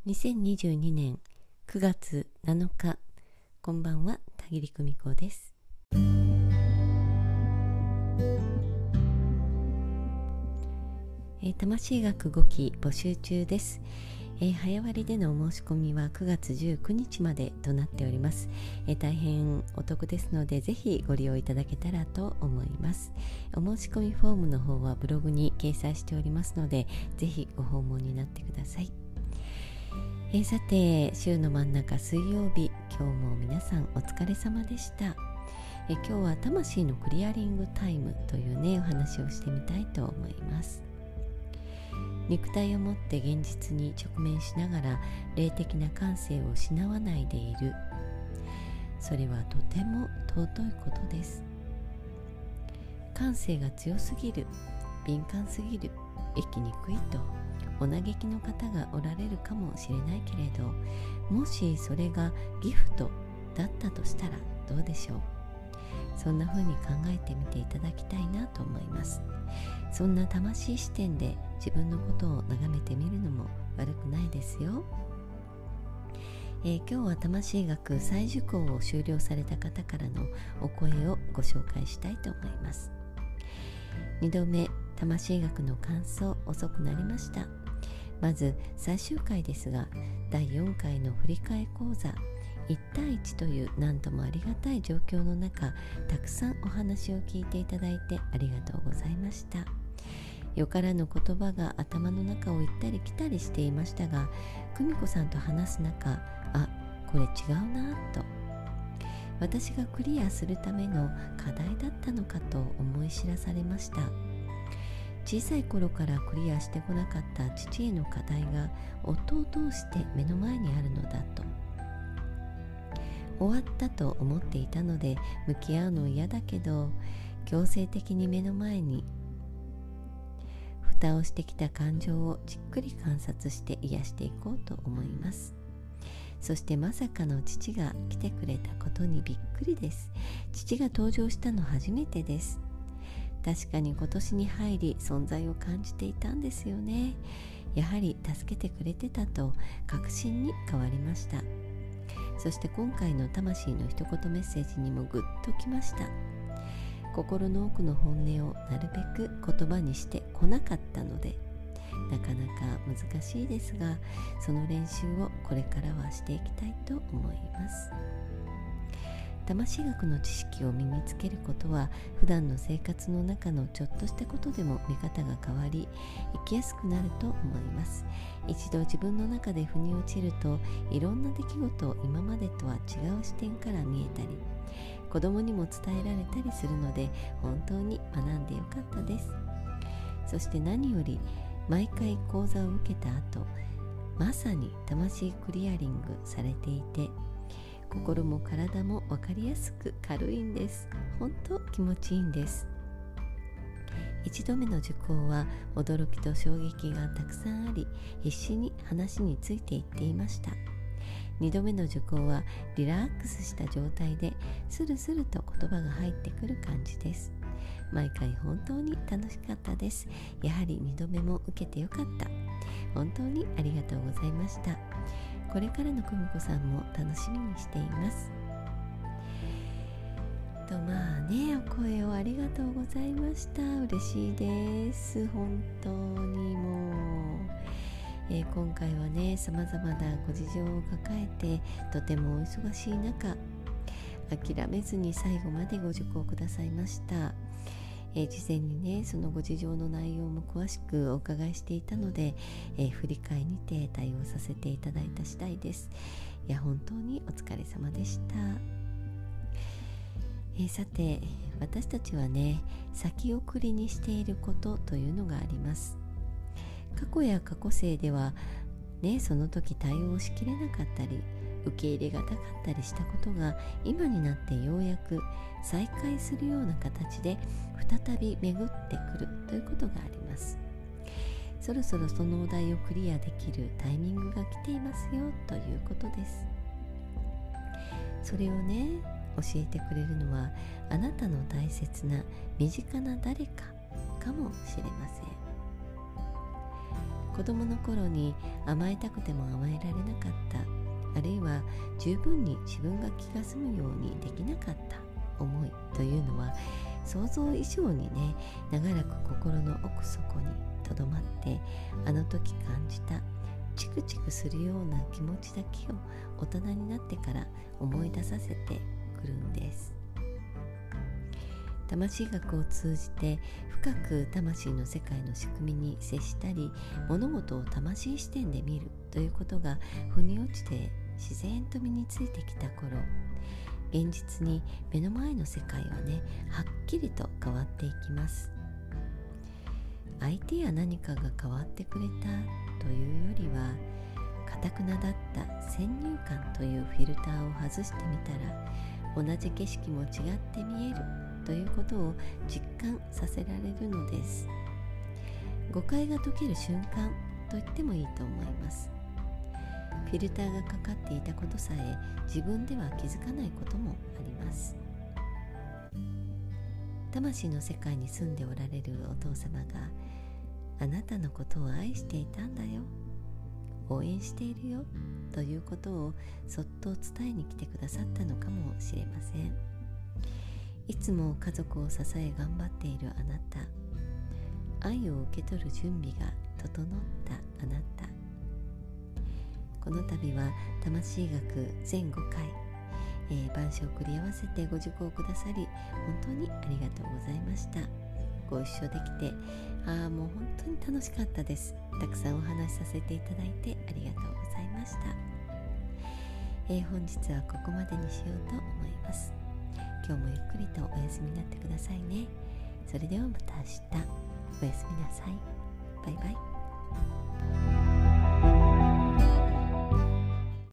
2022年9月7日、こんばんは、田切久美子です。魂学5期募集中です。早割でのお申し込みは9月19日までとなっております。大変お得ですので、ぜひご利用いただけたらと思います。お申し込みフォームの方はブログに掲載しておりますので、ぜひご訪問になってください。さて、週の真ん中水曜日、今日も皆さんお疲れ様でした。今日は魂のクリアリングタイムというね、お話をしてみたいと思います。肉体を持って現実に直面しながら霊的な感性を失わないでいる。それはとても尊いことです。感性が強すぎる、敏感すぎる、生きにくいとお嘆きの方がおられるかもしれないけれど、もしそれがギフトだったとしたらどうでしょう。そんな風に考えてみていただきたいなと思います。そんな魂視点で自分のことを眺めてみるのも悪くないですよ。今日は魂学再受講を修了された方からのお声をご紹介したいと思います。2度目、魂学の感想、遅くなりました。まず最終回ですが、第4回の振り替え講座1対1という何ともありがたい状況の中、たくさんお話を聞いていただいてありがとうございました。よからぬ言葉が頭の中を行ったり来たりしていましたが、久美子さんと話す中、これ違うなと、私がクリアするための課題だったのかと思い知らされました。小さい頃からクリアしてこなかった父への課題が夫を通して目の前にあるのだと。終わったと思っていたので、向き合うの嫌だけど、強制的に目の前に蓋をしてきた感情をじっくり観察して癒していこうと思います。そしてまさかの父が来てくれたことにびっくりです。父が登場したの初めてです。確かに今年に入り存在を感じていたんですよね。やはり助けてくれてたと確信に変わりました。そして今回の魂の一言メッセージにもぐっときました。心の奥の本音をなるべく言葉にしてこなかったので、なかなか難しいですが、その練習をこれからはしていきたいと思います。魂学の知識を身につけることは、普段の生活の中のちょっとしたことでも見方が変わり、生きやすくなると思います。一度自分の中で腑に落ちると、いろんな出来事を今までとは違う視点から見えたり、子供にも伝えられたりするので、本当に学んでよかったです。そして何より、毎回講座を受けた後、まさに魂クリアリングされていて、心も体も分かりやすく軽いんです。本当気持ちいいんです。1度目の受講は驚きと衝撃がたくさんあり、必死に話についていっていました。2度目の受講はリラックスした状態でスルスルと言葉が入ってくる感じです。毎回本当に楽しかったです。やはり2度目も受けてよかった。本当にありがとうございました。これからの久美子さんも楽しみにしています。お声をありがとうございました。嬉しいです。本当にもう、今回はね、様々なご事情を抱えて、とてもお忙しい中、諦めずに最後までご受講くださいました。事前にね、そのご事情の内容も詳しくお伺いしていたので、振り替えにて対応させていただいた次第です。いや、本当にお疲れ様でした。さて、私たちはね、先送りにしていることというのがあります。過去や過去世ではね、その時対応しきれなかったり、受け入れがたかったりしたことが、今になってようやく再開するような形で再び巡ってくるということがあります。そろそろそのお題をクリアできるタイミングが来ていますよということです。それをね、教えてくれるのは、あなたの大切な身近な誰かかもしれません。 子供の頃に甘えたくても甘えられなかった、あるいは十分に自分が気が済むようにできなかった思いというのは、想像以上にね、長らく心の奥底にとどまって、あの時感じたチクチクするような気持ちだけを大人になってから思い出させてくるんです。魂学を通じて深く魂の世界の仕組みに接したり、物事を魂視点で見るということが腑に落ちて自然と身についてきた頃、現実に目の前の世界はね、はっきりと変わっていきます。相手や何かが変わってくれたというよりは、堅くなだった先入観というフィルターを外してみたら、同じ景色も違って見えるということを実感させられるのです。誤解が解ける瞬間と言ってもいいと思います。フィルターがかかっていたことさえ自分では気づかないこともあります。魂の世界に住んでおられるお父様が、あなたのことを愛していたんだよ、応援しているよということをそっと伝えに来てくださったのかもしれません。いつも家族を支え頑張っているあなた、愛を受け取る準備が整ったあなた、この度は魂学全5回、晩鐘を繰り合わせてご受講くださり、本当にありがとうございました。ご一緒できて、もう本当に楽しかったです。たくさんお話しさせていただいてありがとうございました。本日はここまでにしようと思います。今日もゆっくりとお休みになってくださいね。それではまた明日、おやすみなさい。バイバイ。